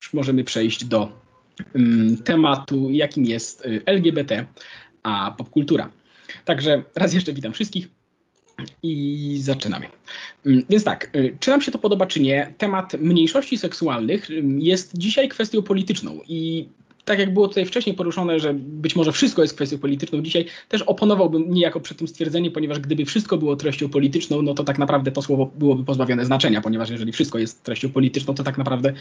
już możemy przejść do tematu, jakim jest LGBT, a popkultura. Także raz jeszcze witam wszystkich i zaczynamy. Więc tak, czy nam się to podoba, czy nie, temat mniejszości seksualnych jest dzisiaj kwestią polityczną i tak jak było tutaj wcześniej poruszone, że być może wszystko jest kwestią polityczną, dzisiaj też oponowałbym niejako przed tym stwierdzeniem, ponieważ gdyby wszystko było treścią polityczną, no to tak naprawdę to słowo byłoby pozbawione znaczenia, ponieważ jeżeli wszystko jest treścią polityczną, to tak naprawdę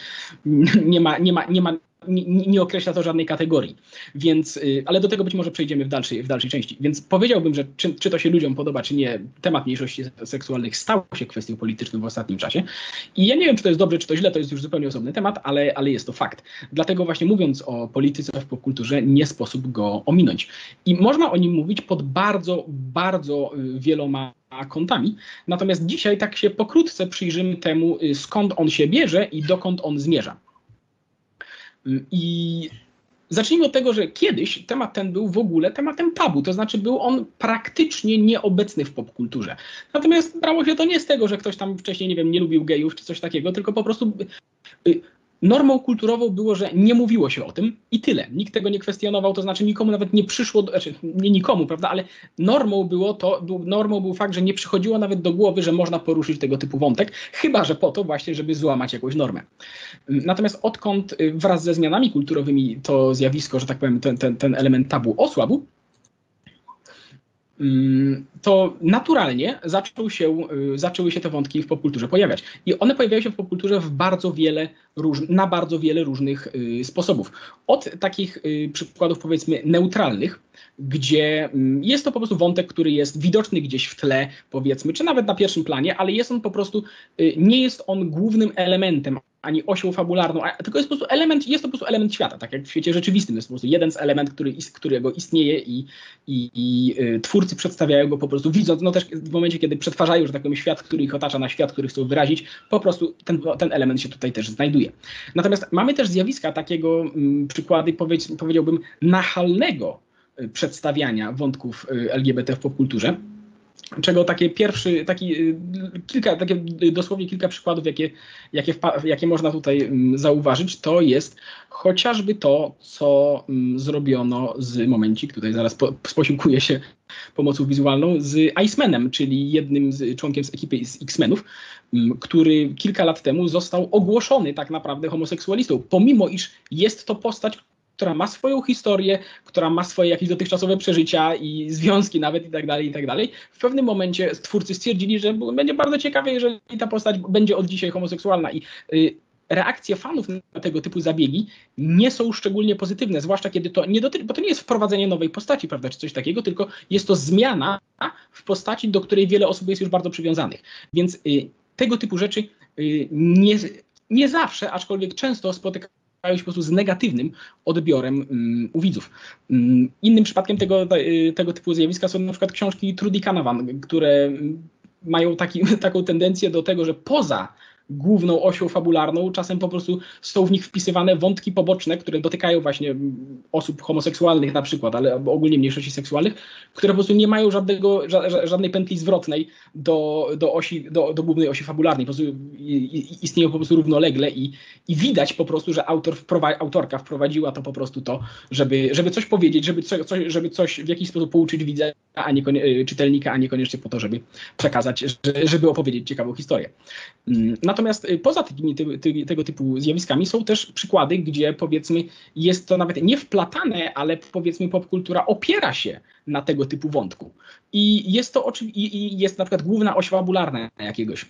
nie określa to żadnej kategorii. Więc, ale do tego być może przejdziemy w dalszej części. Więc powiedziałbym, że czy to się ludziom podoba, czy nie, temat mniejszości seksualnych stał się kwestią polityczną w ostatnim czasie. I ja nie wiem, czy to jest dobrze, czy to źle, to jest już zupełnie osobny temat, ale jest to fakt. Dlatego właśnie mówiąc o polityce w popkulturze, nie sposób go ominąć. I można o nim mówić pod bardzo, bardzo wieloma kątami. Natomiast dzisiaj tak się pokrótce przyjrzymy temu, skąd on się bierze i dokąd on zmierza. I zacznijmy od tego, że kiedyś temat ten był w ogóle tematem tabu, to znaczy był on praktycznie nieobecny w popkulturze. Natomiast brało się to nie z tego, że ktoś tam wcześniej, nie wiem, nie lubił gejów czy coś takiego, tylko po prostu normą kulturową było, że nie mówiło się o tym i tyle. Nikt tego nie kwestionował, to znaczy nikomu nawet nie przyszło, znaczy nie nikomu, prawda, ale normą był fakt, że nie przychodziło nawet do głowy, że można poruszyć tego typu wątek, chyba że po to właśnie, żeby złamać jakąś normę. Natomiast odkąd wraz ze zmianami kulturowymi to zjawisko, że tak powiem, ten element tabu osłabł, to naturalnie zaczęły się te wątki w popkulturze pojawiać. I one pojawiają się w popkulturze na bardzo wiele różnych sposobów. Od takich przykładów, powiedzmy, neutralnych, gdzie jest to po prostu wątek, który jest widoczny gdzieś w tle, powiedzmy, czy nawet na pierwszym planie, ale jest on po prostu, nie jest on głównym elementem ani osią fabularną, tylko jest to po prostu element świata, tak jak w świecie rzeczywistym. Jest po prostu jeden z elementów, którego istnieje i twórcy przedstawiają go po prostu widząc, no też w momencie, kiedy przetwarzają, że tak powiem, świat, który ich otacza na świat, który chcą wyrazić, po prostu ten element się tutaj też znajduje. Natomiast mamy też zjawiska takiego, przykłady, powiedziałbym, nachalnego przedstawiania wątków LGBT w popkulturze, czego dosłownie kilka przykładów, jakie można tutaj zauważyć, to jest chociażby to, co zrobiono momencik, tutaj zaraz posiłkuję się pomocą wizualną, z Icemanem, czyli jednym członkiem z ekipy z X-Menów, który kilka lat temu został ogłoszony tak naprawdę homoseksualistą, pomimo iż jest to postać, która ma swoją historię, która ma swoje jakieś dotychczasowe przeżycia i związki nawet i tak dalej. W pewnym momencie twórcy stwierdzili, że będzie bardzo ciekawe, jeżeli ta postać będzie od dzisiaj homoseksualna i reakcje fanów na tego typu zabiegi nie są szczególnie pozytywne, zwłaszcza kiedy to nie dotyczy, bo to nie jest wprowadzenie nowej postaci, prawda, czy coś takiego, tylko jest to zmiana w postaci, do której wiele osób jest już bardzo przywiązanych. Więc tego typu rzeczy nie zawsze, aczkolwiek często spotykają się po prostu z negatywnym odbiorem u widzów. Innym przypadkiem tego typu zjawiska są na przykład książki Trudy Canavan, które mają taką tendencję do tego, że poza główną osią fabularną czasem po prostu są w nich wpisywane wątki poboczne, które dotykają właśnie osób homoseksualnych na przykład, ale ogólnie mniejszości seksualnych, które po prostu nie mają żadnej pętli zwrotnej do głównej osi fabularnej. Po prostu istnieją po prostu równolegle i widać po prostu, że autorka wprowadziła to po prostu żeby coś powiedzieć, żeby coś w jakiś sposób pouczyć widza, czytelnika, a niekoniecznie po to, żeby przekazać, żeby opowiedzieć ciekawą historię. Natomiast poza tego typu zjawiskami są też przykłady, gdzie powiedzmy jest to nawet nie wplatane, ale powiedzmy popkultura opiera się na tego typu wątku. I jest na przykład główna oś fabularna jakiegoś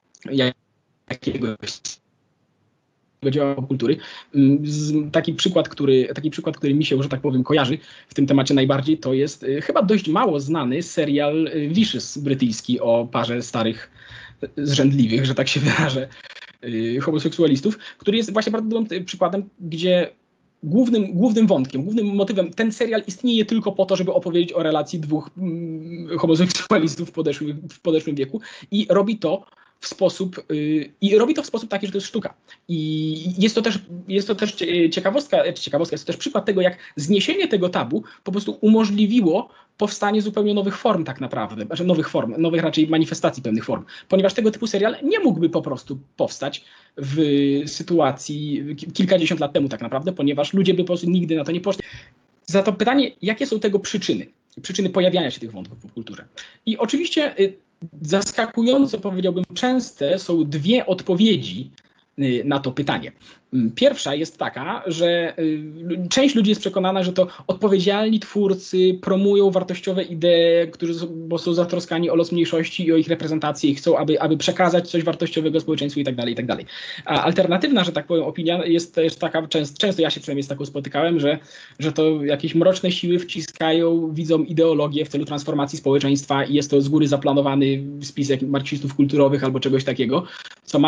dzieła popkultury. Taki przykład, który mi się, że tak powiem, kojarzy w tym temacie najbardziej, to jest chyba dość mało znany serial Vicious brytyjski o parze starych zrzędliwych, że tak się wyrażę, homoseksualistów, który jest właśnie bardzo dobrym przykładem, gdzie głównym wątkiem, głównym motywem ten serial istnieje tylko po to, żeby opowiedzieć o relacji dwóch homoseksualistów w podeszłym wieku i robi to w sposób i robi to w sposób taki, że to jest sztuka. I jest to też ciekawostka, jest to też przykład tego, jak zniesienie tego tabu po prostu umożliwiło powstanie zupełnie nowych form tak naprawdę, znaczy nowych raczej manifestacji pewnych form, ponieważ tego typu serial nie mógłby po prostu powstać w sytuacji kilkadziesiąt lat temu tak naprawdę, ponieważ ludzie by po prostu nigdy na to nie poszli. Za to pytanie, jakie są tego przyczyny? Przyczyny pojawiania się tych wątków w popkulturze. I oczywiście zaskakująco, powiedziałbym, częste są dwie odpowiedzi na to pytanie. Pierwsza jest taka, że część ludzi jest przekonana, że to odpowiedzialni twórcy promują wartościowe idee, którzy są zatroskani o los mniejszości i o ich reprezentację i chcą, aby przekazać coś wartościowego społeczeństwu i tak dalej, i tak dalej. A alternatywna, że tak powiem, opinia jest też taka, często ja się przynajmniej z taką spotykałem, że to jakieś mroczne siły wciskają widzom ideologię w celu transformacji społeczeństwa i jest to z góry zaplanowany spis marksistów kulturowych albo czegoś takiego, co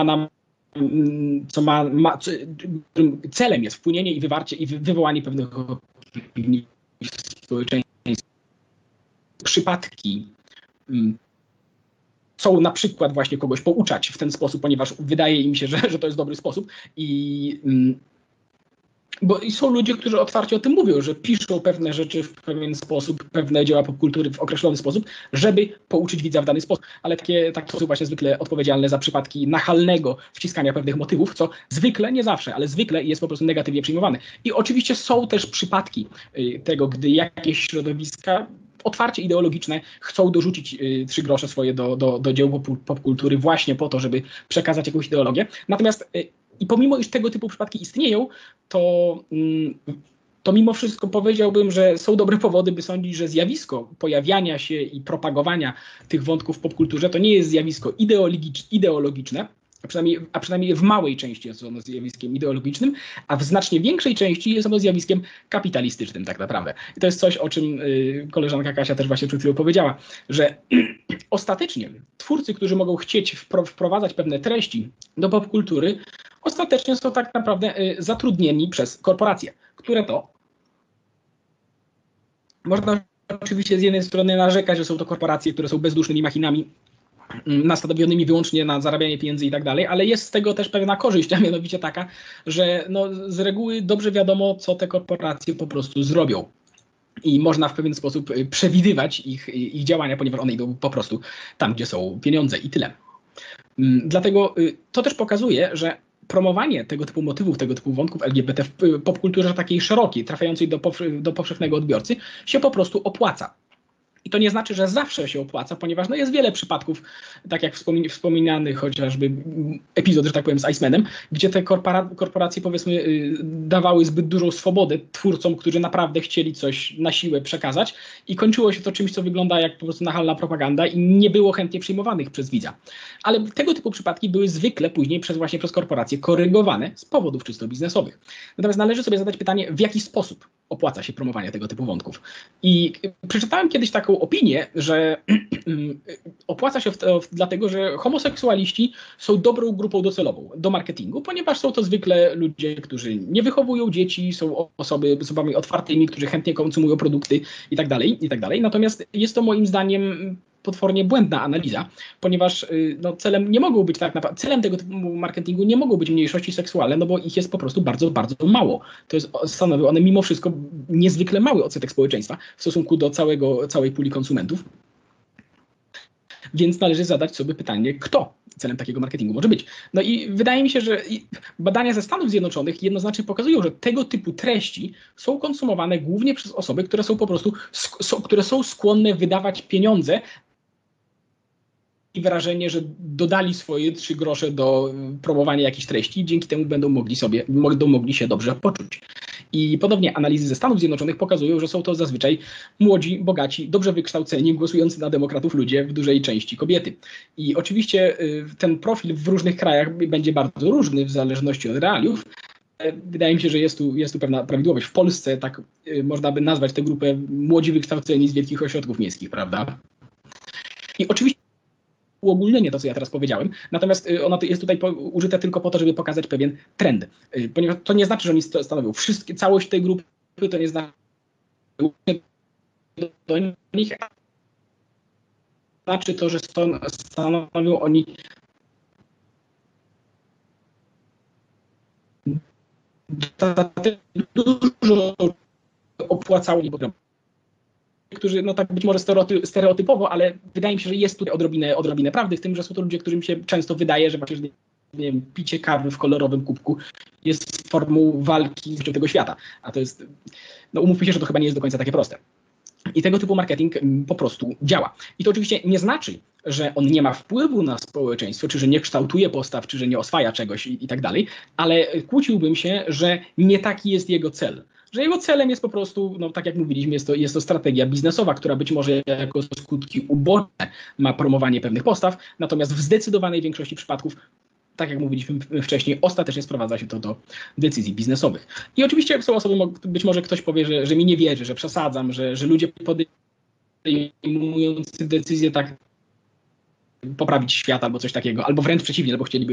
celem jest wpłynięcie i wywarcie i wywołanie pewnych opinii w społeczeństwie. Przypadki chcą na przykład właśnie kogoś pouczać w ten sposób, ponieważ wydaje im się, że to jest dobry sposób bo są ludzie, którzy otwarcie o tym mówią, że piszą pewne rzeczy w pewien sposób, pewne dzieła popkultury w określony sposób, żeby pouczyć widza w dany sposób, ale takie są właśnie zwykle odpowiedzialne za przypadki nachalnego wciskania pewnych motywów, co zwykle, nie zawsze, ale zwykle jest po prostu negatywnie przyjmowane. I oczywiście są też przypadki tego, gdy jakieś środowiska otwarcie ideologiczne chcą dorzucić 3 grosze swoje do dzieł popkultury właśnie po to, żeby przekazać jakąś ideologię. Natomiast i pomimo, iż tego typu przypadki istnieją, to mimo wszystko powiedziałbym, że są dobre powody, by sądzić, że zjawisko pojawiania się i propagowania tych wątków w popkulturze to nie jest zjawisko ideologiczne, a przynajmniej w małej części jest ono zjawiskiem ideologicznym, a w znacznie większej części jest ono zjawiskiem kapitalistycznym tak naprawdę. I to jest coś, o czym koleżanka Kasia też właśnie przed chwilą powiedziała, że ostatecznie twórcy, którzy mogą chcieć wprowadzać pewne treści do popkultury, ostatecznie są tak naprawdę zatrudnieni przez korporacje, które to można oczywiście z jednej strony narzekać, że są to korporacje, które są bezdusznymi machinami nastawionymi wyłącznie na zarabianie pieniędzy i tak dalej, ale jest z tego też pewna korzyść, a mianowicie taka, że z reguły dobrze wiadomo, co te korporacje po prostu zrobią. I można w pewien sposób przewidywać ich działania, ponieważ one idą po prostu tam, gdzie są pieniądze i tyle. Dlatego to też pokazuje, że promowanie tego typu motywów, tego typu wątków LGBT w popkulturze takiej szerokiej, trafiającej do powszechnego odbiorcy, się po prostu opłaca. I to nie znaczy, że zawsze się opłaca, ponieważ jest wiele przypadków, tak jak wspominany chociażby epizod, że tak powiem, z Icemanem, gdzie te korporacje powiedzmy dawały zbyt dużą swobodę twórcom, którzy naprawdę chcieli coś na siłę przekazać i kończyło się to czymś, co wygląda jak po prostu nachalna propaganda i nie było chętnie przyjmowanych przez widza. Ale tego typu przypadki były zwykle później właśnie przez korporacje korygowane z powodów czysto biznesowych. Natomiast należy sobie zadać pytanie, w jaki sposób opłaca się promowanie tego typu wątków. I przeczytałem kiedyś taką opinię, że opłaca się dlatego, że homoseksualiści są dobrą grupą docelową do marketingu, ponieważ są to zwykle ludzie, którzy nie wychowują dzieci, są osobami otwartymi, którzy chętnie konsumują produkty i tak dalej. Natomiast jest to moim zdaniem potwornie błędna analiza, ponieważ celem nie mogą być celem tego typu marketingu nie mogą być mniejszości seksualne, bo ich jest po prostu bardzo, bardzo mało. Stanowią one mimo wszystko niezwykle mały odsetek społeczeństwa w stosunku do całej puli konsumentów. Więc należy zadać sobie pytanie, kto celem takiego marketingu może być. I wydaje mi się, że badania ze Stanów Zjednoczonych jednoznacznie pokazują, że tego typu treści są konsumowane głównie przez osoby, które są po prostu, które są skłonne wydawać pieniądze i wrażenie, że dodali swoje 3 grosze do promowania jakichś treści, dzięki temu będą mogli się dobrze poczuć. I podobnie analizy ze Stanów Zjednoczonych pokazują, że są to zazwyczaj młodzi, bogaci, dobrze wykształceni, głosujący na demokratów ludzie, w dużej części kobiety. I oczywiście ten profil w różnych krajach będzie bardzo różny w zależności od realiów. Wydaje mi się, że jest tu pewna prawidłowość. W Polsce tak można by nazwać tę grupę młodzi wykształceni z wielkich ośrodków miejskich, prawda? I oczywiście uogólnienie to, co ja teraz powiedziałem, natomiast ono jest tutaj użyte tylko po to, żeby pokazać pewien trend, ponieważ to nie znaczy, że oni stanowią całość tej grupy, to nie znaczy do nich, znaczy to, że stanowią oni dużo opłacało, którzy, no tak być może stereotypowo, ale wydaje mi się, że jest tutaj odrobinę prawdy w tym, że są to ludzie, którym się często wydaje, że właśnie, nie wiem, picie kawy w kolorowym kubku jest formą walki z tego świata. A to jest, no umówmy się, że to chyba nie jest do końca takie proste. I tego typu marketing po prostu działa. I to oczywiście nie znaczy, że on nie ma wpływu na społeczeństwo, czy że nie kształtuje postaw, czy że nie oswaja czegoś i tak dalej, ale kłóciłbym się, że nie taki jest jego cel. Że jego celem jest po prostu, no tak jak mówiliśmy, jest to strategia biznesowa, która być może jako skutki uboczne ma promowanie pewnych postaw, natomiast w zdecydowanej większości przypadków, tak jak mówiliśmy wcześniej, ostatecznie sprowadza się to do decyzji biznesowych. I oczywiście są osoby, być może ktoś powie, że mi nie wierzy, że przesadzam, że ludzie podejmujący decyzje tak poprawić świat albo coś takiego, albo wręcz przeciwnie, albo chcieliby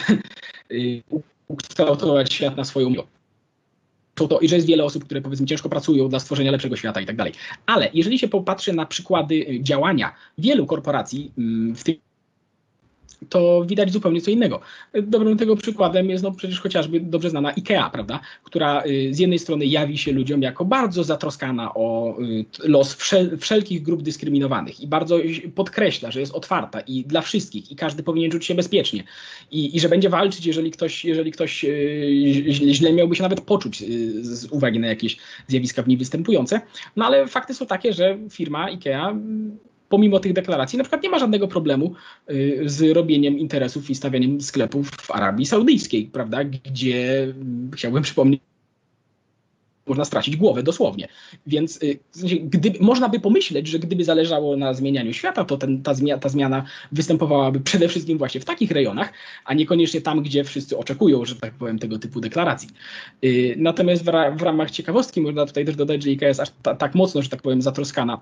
ukształtować świat na swoją miłość. I że jest wiele osób, które powiedzmy ciężko pracują dla stworzenia lepszego świata i tak dalej. Ale jeżeli się popatrzy na przykłady działania wielu korporacji w tym, to widać zupełnie co innego. Dobrym tego przykładem jest no przecież chociażby dobrze znana IKEA, prawda, która z jednej strony jawi się ludziom jako bardzo zatroskana o los wszelkich grup dyskryminowanych i bardzo podkreśla, że jest otwarta i dla wszystkich i każdy powinien czuć się bezpiecznie i że będzie walczyć, jeżeli ktoś źle miałby się nawet poczuć z uwagi na jakieś zjawiska w niej występujące. No ale fakty są takie, że firma IKEA pomimo tych deklaracji na przykład nie ma żadnego problemu z robieniem interesów i stawianiem sklepów w Arabii Saudyjskiej, prawda, gdzie chciałbym przypomnieć, można stracić głowę dosłownie. Więc w sensie, można by pomyśleć, że gdyby zależało na zmienianiu świata, to ta zmiana występowałaby przede wszystkim właśnie w takich rejonach, a niekoniecznie tam, gdzie wszyscy oczekują, że tak powiem, tego typu deklaracji. Natomiast w ramach ciekawostki można tutaj też dodać, że IKEA jest aż tak mocno, że tak powiem, zatroskana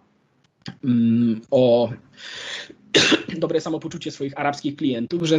o dobre samopoczucie swoich arabskich klientów, że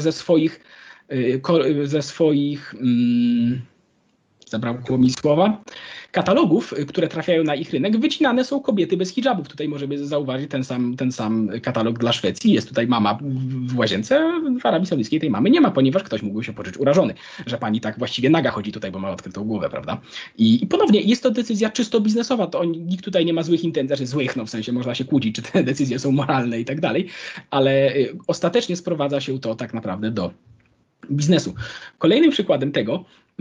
ze swoich zabrakło mi słowa, katalogów, które trafiają na ich rynek, wycinane są kobiety bez hijabów. Tutaj możemy zauważyć ten sam katalog dla Szwecji. Jest tutaj mama w łazience, w Arabii Saudyjskiej tej mamy nie ma, ponieważ ktoś mógł się poczuć urażony, że pani tak właściwie naga chodzi tutaj, bo ma odkrytą głowę, prawda? I ponownie jest to decyzja czysto biznesowa, to nikt tutaj nie ma złych intencji, znaczy złych, no w sensie można się kłócić, czy te decyzje są moralne i tak dalej, ale ostatecznie sprowadza się to tak naprawdę do biznesu. Kolejnym przykładem tego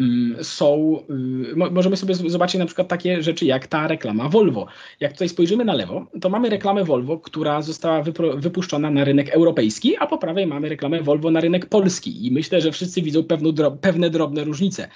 możemy sobie zobaczyć na przykład takie rzeczy jak ta reklama Volvo. Jak tutaj spojrzymy na lewo, to mamy reklamę Volvo, która została wypuszczona na rynek europejski, a po prawej mamy reklamę Volvo na rynek polski. I myślę, że wszyscy widzą pewne drobne różnice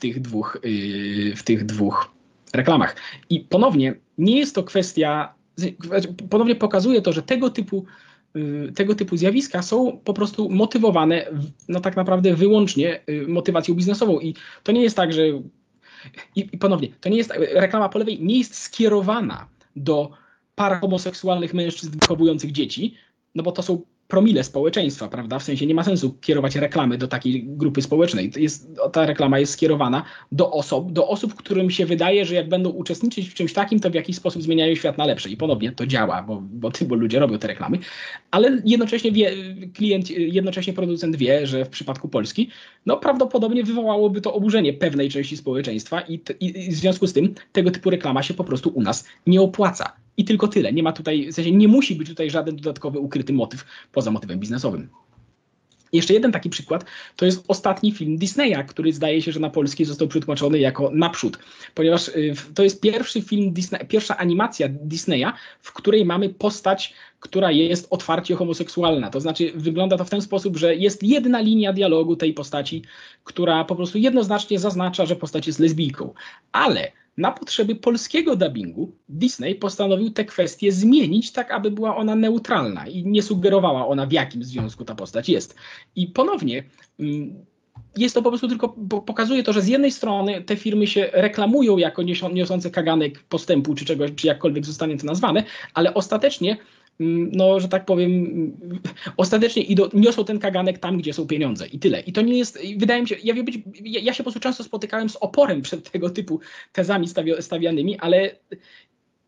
w tych dwóch reklamach. I ponownie nie jest to kwestia, ponownie pokazuje to, że tego typu zjawiska są po prostu motywowane no tak naprawdę wyłącznie motywacją biznesową i to nie jest tak, że i ponownie, to nie jest, reklama po lewej nie jest skierowana do par homoseksualnych mężczyzn wychowujących dzieci, no bo to są promile społeczeństwa, prawda? W sensie nie ma sensu kierować reklamy do takiej grupy społecznej. Ta reklama jest skierowana do osób, którym się wydaje, że jak będą uczestniczyć w czymś takim, to w jakiś sposób zmieniają świat na lepsze. I ponownie to działa, bo ludzie robią te reklamy, ale jednocześnie producent wie, że w przypadku Polski, no prawdopodobnie wywołałoby to oburzenie pewnej części społeczeństwa i w związku z tym tego typu reklama się po prostu u nas nie opłaca. I tylko tyle. Nie ma tutaj, w sensie nie musi być tutaj żaden dodatkowy ukryty motyw poza motywem biznesowym. Jeszcze jeden taki przykład to jest ostatni film Disneya, który zdaje się, że na polski został przetłumaczony jako Naprzód, ponieważ to jest pierwszy film pierwsza animacja Disneya, w której mamy postać, która jest otwarcie homoseksualna. To znaczy wygląda to w ten sposób, że jest jedna linia dialogu tej postaci, która po prostu jednoznacznie zaznacza, że postać jest lesbijką. Ale na potrzeby polskiego dubbingu Disney postanowił tę kwestię zmienić tak, aby była ona neutralna i nie sugerowała ona, w jakim związku ta postać jest. I ponownie jest to po prostu tylko, pokazuje to, że z jednej strony te firmy się reklamują jako niosące kaganek postępu czy czegoś, czy jakkolwiek zostanie to nazwane, ale ostatecznie no, że tak powiem, ostatecznie niosą ten kaganek tam, gdzie są pieniądze i tyle. I to nie jest, wydaje mi się, ja się po prostu często spotykałem z oporem przed tego typu tezami stawianymi,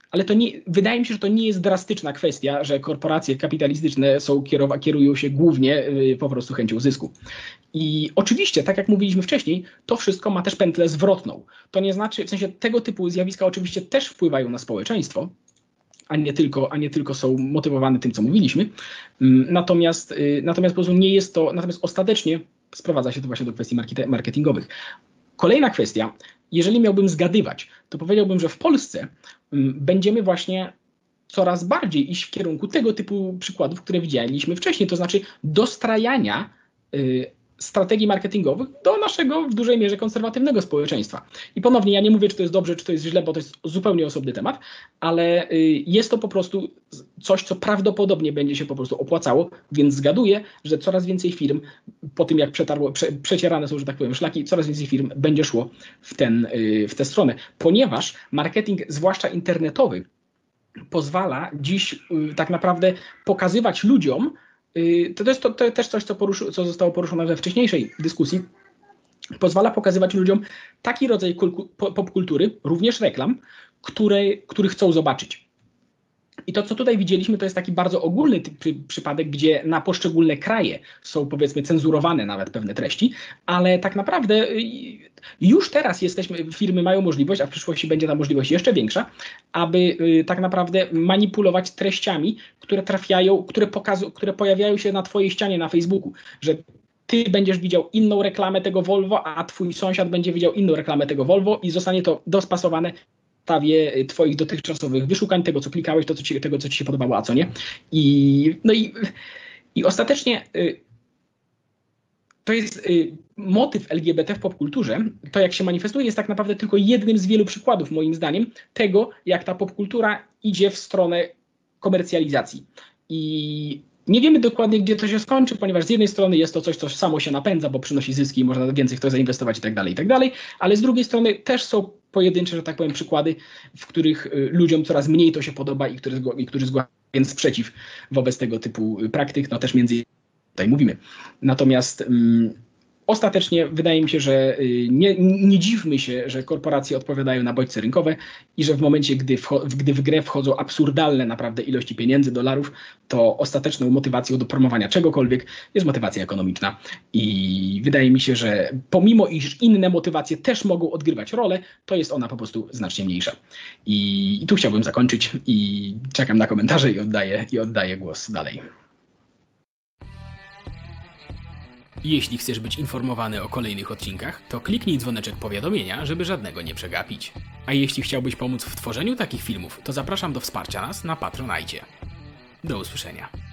ale wydaje mi się, że to nie jest drastyczna kwestia, że korporacje kapitalistyczne kierują się głównie po prostu chęcią zysku. I oczywiście, tak jak mówiliśmy wcześniej, to wszystko ma też pętlę zwrotną. To nie znaczy, w sensie tego typu zjawiska oczywiście też wpływają na społeczeństwo, a nie tylko są motywowane tym, co mówiliśmy. Natomiast po prostu nie jest to, natomiast ostatecznie sprowadza się to właśnie do kwestii marketingowych. Kolejna kwestia, jeżeli miałbym zgadywać, to powiedziałbym, że w Polsce będziemy właśnie coraz bardziej iść w kierunku tego typu przykładów, które widzieliśmy wcześniej, to znaczy dostrajania strategii marketingowych do naszego w dużej mierze konserwatywnego społeczeństwa. I ponownie, ja nie mówię, czy to jest dobrze, czy to jest źle, bo to jest zupełnie osobny temat, ale jest to po prostu coś, co prawdopodobnie będzie się po prostu opłacało, więc zgaduję, że coraz więcej firm, po tym jak przecierane są, że tak powiem, szlaki, coraz więcej firm będzie szło w tę stronę, ponieważ marketing, zwłaszcza internetowy, pozwala dziś tak naprawdę pokazywać ludziom, to też coś, co zostało poruszone we wcześniejszej dyskusji, pozwala pokazywać ludziom taki rodzaj popkultury, również reklam, który chcą zobaczyć. I to, co tutaj widzieliśmy, to jest taki bardzo ogólny przypadek, gdzie na poszczególne kraje są, powiedzmy, cenzurowane nawet pewne treści, ale tak naprawdę już teraz firmy mają możliwość, a w przyszłości będzie ta możliwość jeszcze większa, aby tak naprawdę manipulować treściami, które pojawiają się na twojej ścianie na Facebooku, że ty będziesz widział inną reklamę tego Volvo, a twój sąsiad będzie widział inną reklamę tego Volvo i zostanie to dospasowane podstawie twoich dotychczasowych wyszukań, tego co klikałeś, tego co ci się podobało, a co nie. I ostatecznie to jest motyw LGBT w popkulturze, to jak się manifestuje, jest tak naprawdę tylko jednym z wielu przykładów, moim zdaniem, tego, jak ta popkultura idzie w stronę komercjalizacji. I nie wiemy dokładnie, gdzie to się skończy, ponieważ z jednej strony jest to coś, co samo się napędza, bo przynosi zyski i można więcej w to zainwestować i tak dalej, ale z drugiej strony też są pojedyncze, że tak powiem, przykłady, w których ludziom coraz mniej to się podoba i którzy zgłaszają więc sprzeciw wobec tego typu praktyk, no też między innymi tutaj mówimy. Natomiast ostatecznie wydaje mi się, że nie dziwmy się, że korporacje odpowiadają na bodźce rynkowe i że w momencie, gdy w grę wchodzą absurdalne naprawdę ilości pieniędzy, dolarów, to ostateczną motywacją do promowania czegokolwiek jest motywacja ekonomiczna. I wydaje mi się, że pomimo iż inne motywacje też mogą odgrywać rolę, to jest ona po prostu znacznie mniejsza. I tu chciałbym zakończyć i czekam na komentarze i oddaję głos dalej. Jeśli chcesz być informowany o kolejnych odcinkach, to kliknij dzwoneczek powiadomienia, żeby żadnego nie przegapić. A jeśli chciałbyś pomóc w tworzeniu takich filmów, to zapraszam do wsparcia nas na Patronite. Do usłyszenia.